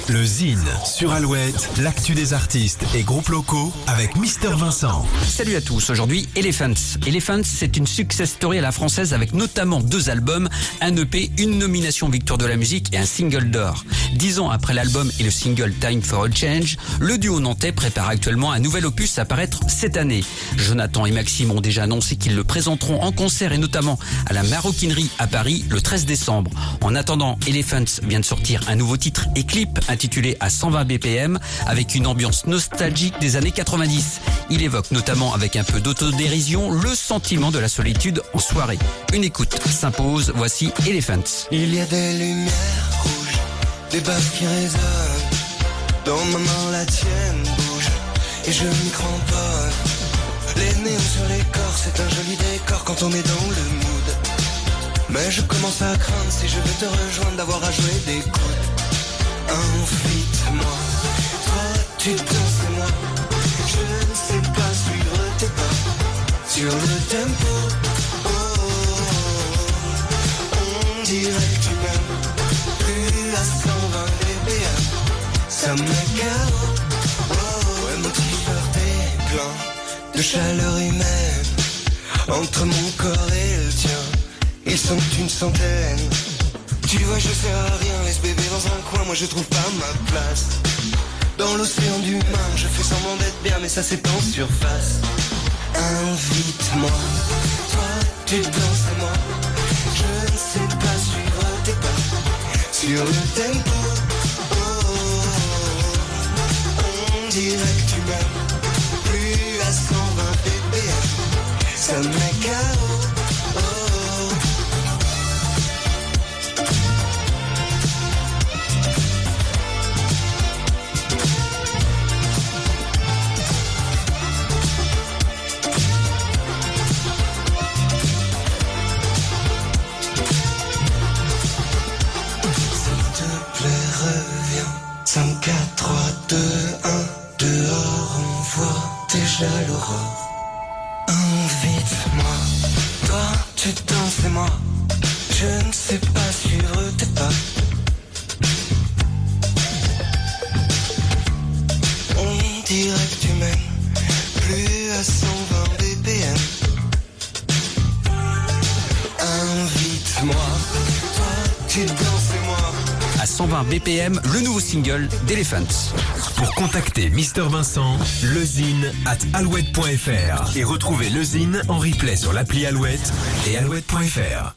Le Zine sur Alouette, l'actu des artistes et groupes locaux avec Mister Vincent. Salut à tous, aujourd'hui Elephants. Elephants, c'est une success story à la française avec notamment 2 albums, un EP, une nomination Victoire de la musique et un single d'or. 10 ans après l'album et le single Time for a Change, le duo nantais prépare actuellement un nouvel opus à paraître cette année. Jonathan et Maxime ont déjà annoncé qu'ils le présenteront en concert et notamment à la Maroquinerie à Paris le 13 décembre. En attendant, Elephants vient de sortir un nouveau titre et clip intitulé à 120 BPM avec une ambiance nostalgique des années 90. Il évoque notamment avec un peu d'autodérision le sentiment de la solitude en soirée. Une écoute s'impose, voici Elephants. Il y a des lumières rouges, des basses qui résonnent. Dans ma main la tienne bouge et je m'y cramponne. Les néons sur les corps, c'est un joli décor quand on est dans le mood. Mais je commence à craindre si je veux te rejoindre d'avoir à jouer des coudes. Invite-moi, toi tu danses et moi je ne sais pas suivre tes pas sur le tempo. Oh, on dirait que tu m'aimes plus à 120 BPM. Ça me KO. Oh, ouais, mon t-shirt est plein de chaleur humaine. Entre mon corps et le tien, ils sont une centaine. Tu vois, je sers à rien, laisse bébé dans un coin, moi je trouve pas ma place. Dans l'océan d'humain, je fais semblant d'être bien, mais ça c'est en surface. Invite-moi, toi tu danses et moi je ne sais pas suivre tes pas sur le tempo. Oh, on dirait que tu m'aimes plus à 120 BPM. Ça me KO. Reviens, 5, 4, 3, 2, 1, dehors on voit déjà l'aurore. Invite-moi, toi tu danses et moi je ne sais pas suivre tes pas. On dirait que tu m'aimes plus à 120 BPM. Invite-moi, toi tu danses et moi À 120 BPM, le nouveau single d'Elephants. Pour contacter Mister Vincent, lezine@alouette.fr et retrouver le Zine en replay sur l'appli Alouette et alouette.fr.